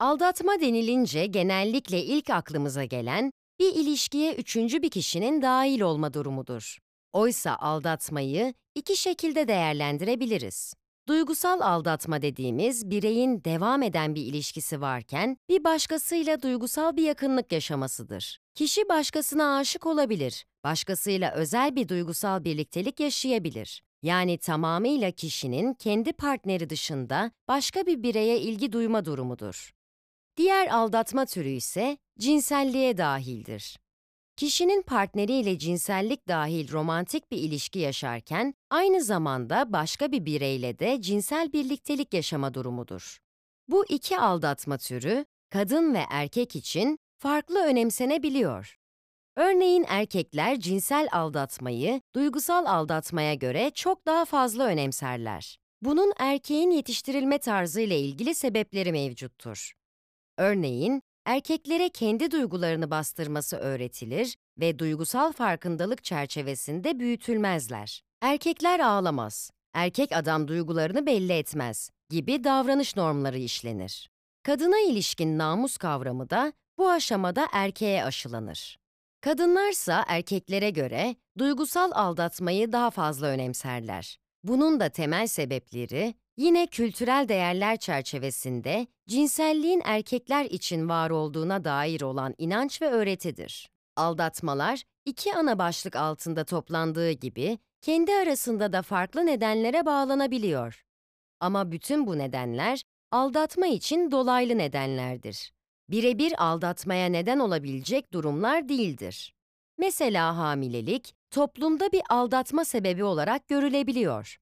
Aldatma denilince genellikle ilk aklımıza gelen bir ilişkiye üçüncü bir kişinin dahil olma durumudur. Oysa aldatmayı iki şekilde değerlendirebiliriz. Duygusal aldatma dediğimiz bireyin devam eden bir ilişkisi varken bir başkasıyla duygusal bir yakınlık yaşamasıdır. Kişi başkasına aşık olabilir, başkasıyla özel bir duygusal birliktelik yaşayabilir. Yani tamamıyla kişinin kendi partneri dışında başka bir bireye ilgi duyma durumudur. Diğer aldatma türü ise cinselliğe dahildir. Kişinin partneriyle cinsellik dahil romantik bir ilişki yaşarken, aynı zamanda başka bir bireyle de cinsel birliktelik yaşama durumudur. Bu iki aldatma türü, kadın ve erkek için farklı önemsenebiliyor. Örneğin erkekler cinsel aldatmayı duygusal aldatmaya göre çok daha fazla önemserler. Bunun erkeğin yetiştirilme tarzı ile ilgili sebepleri mevcuttur. Örneğin, erkeklere kendi duygularını bastırması öğretilir ve duygusal farkındalık çerçevesinde büyütülmezler. Erkekler ağlamaz, erkek adam duygularını belli etmez gibi davranış normları işlenir. Kadına ilişkin namus kavramı da bu aşamada erkeğe aşılanır. Kadınlarsa erkeklere göre duygusal aldatmayı daha fazla önemserler. Bunun da temel sebepleri yine kültürel değerler çerçevesinde cinselliğin erkekler için var olduğuna dair olan inanç ve öğretidir. Aldatmalar, iki ana başlık altında toplandığı gibi kendi arasında da farklı nedenlere bağlanabiliyor. Ama bütün bu nedenler aldatma için dolaylı nedenlerdir. Birebir aldatmaya neden olabilecek durumlar değildir. Mesela hamilelik, toplumda bir aldatma sebebi olarak görülebiliyor.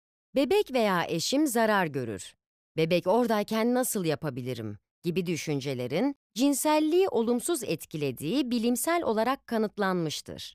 Bebek veya eşim zarar görür. Bebek oradayken nasıl yapabilirim gibi düşüncelerin cinselliği olumsuz etkilediği bilimsel olarak kanıtlanmıştır.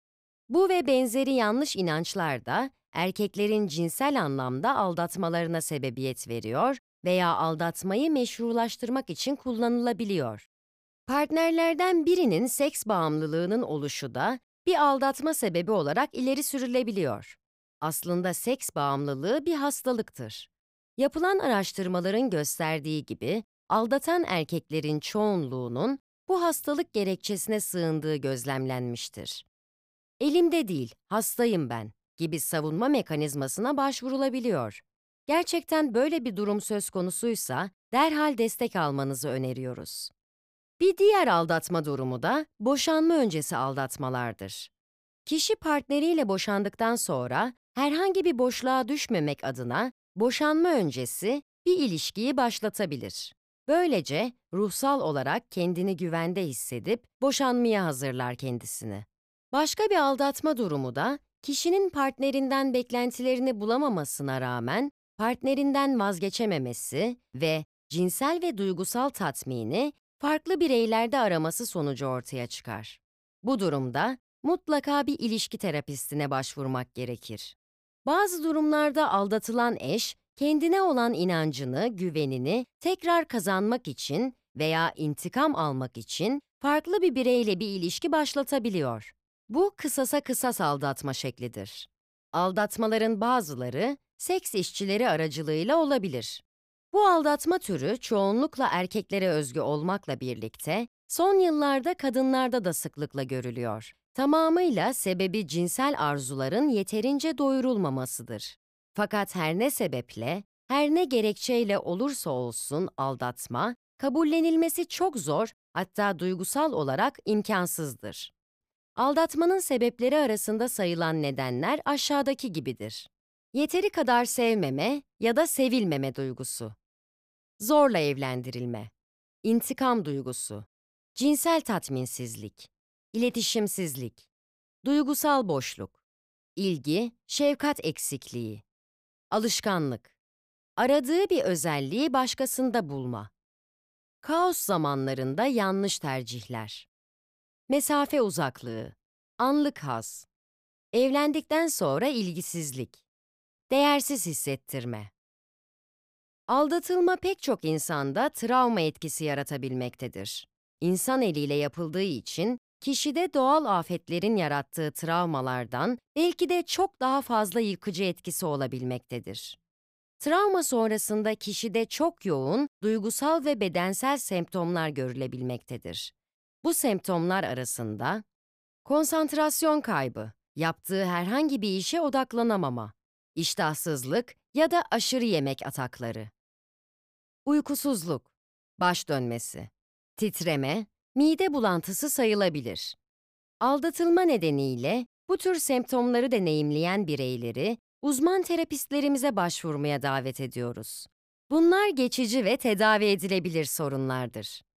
Bu ve benzeri yanlış inançlar da erkeklerin cinsel anlamda aldatmalarına sebebiyet veriyor veya aldatmayı meşrulaştırmak için kullanılabiliyor. Partnerlerden birinin seks bağımlılığının oluşu da bir aldatma sebebi olarak ileri sürülebiliyor. Aslında seks bağımlılığı bir hastalıktır. Yapılan araştırmaların gösterdiği gibi, aldatan erkeklerin çoğunluğunun bu hastalık gerekçesine sığındığı gözlemlenmiştir. Elimde değil, hastayım ben gibi savunma mekanizmasına başvurulabiliyor. Gerçekten böyle bir durum söz konusuysa derhal destek almanızı öneriyoruz. Bir diğer aldatma durumu da boşanma öncesi aldatmalardır. Kişi partneriyle boşandıktan sonra herhangi bir boşluğa düşmemek adına boşanma öncesi bir ilişkiyi başlatabilir. Böylece ruhsal olarak kendini güvende hissedip boşanmaya hazırlar kendisini. Başka bir aldatma durumu da kişinin partnerinden beklentilerini bulamamasına rağmen partnerinden vazgeçememesi ve cinsel ve duygusal tatmini farklı bireylerde araması sonucu ortaya çıkar. Bu durumda mutlaka bir ilişki terapistine başvurmak gerekir. Bazı durumlarda aldatılan eş, kendine olan inancını, güvenini tekrar kazanmak için veya intikam almak için farklı bir bireyle bir ilişki başlatabiliyor. Bu kısasa kısas aldatma şeklidir. Aldatmaların bazıları seks işçileri aracılığıyla olabilir. Bu aldatma türü çoğunlukla erkeklere özgü olmakla birlikte son yıllarda kadınlarda da sıklıkla görülüyor. Tamamıyla sebebi cinsel arzuların yeterince doyurulmamasıdır. Fakat her ne sebeple, her ne gerekçeyle olursa olsun aldatma, kabullenilmesi çok zor, hatta duygusal olarak imkansızdır. Aldatmanın sebepleri arasında sayılan nedenler aşağıdaki gibidir. Yeteri kadar sevmeme ya da sevilmeme duygusu. Zorla evlendirilme, intikam duygusu, cinsel tatminsizlik, iletişimsizlik, duygusal boşluk, ilgi, şefkat eksikliği, alışkanlık, aradığı bir özelliği başkasında bulma, kaos zamanlarında yanlış tercihler, mesafe uzaklığı, anlık haz, evlendikten sonra ilgisizlik, değersiz hissettirme. Aldatılma pek çok insanda travma etkisi yaratabilmektedir. İnsan eliyle yapıldığı için kişide doğal afetlerin yarattığı travmalardan belki de çok daha fazla yıkıcı etkisi olabilmektedir. Travma sonrasında kişide çok yoğun duygusal ve bedensel semptomlar görülebilmektedir. Bu semptomlar arasında konsantrasyon kaybı, yaptığı herhangi bir işe odaklanamama, iştahsızlık ya da aşırı yemek atakları, uykusuzluk, baş dönmesi, titreme, mide bulantısı sayılabilir. Aldatılma nedeniyle bu tür semptomları deneyimleyen bireyleri uzman terapistlerimize başvurmaya davet ediyoruz. Bunlar geçici ve tedavi edilebilir sorunlardır.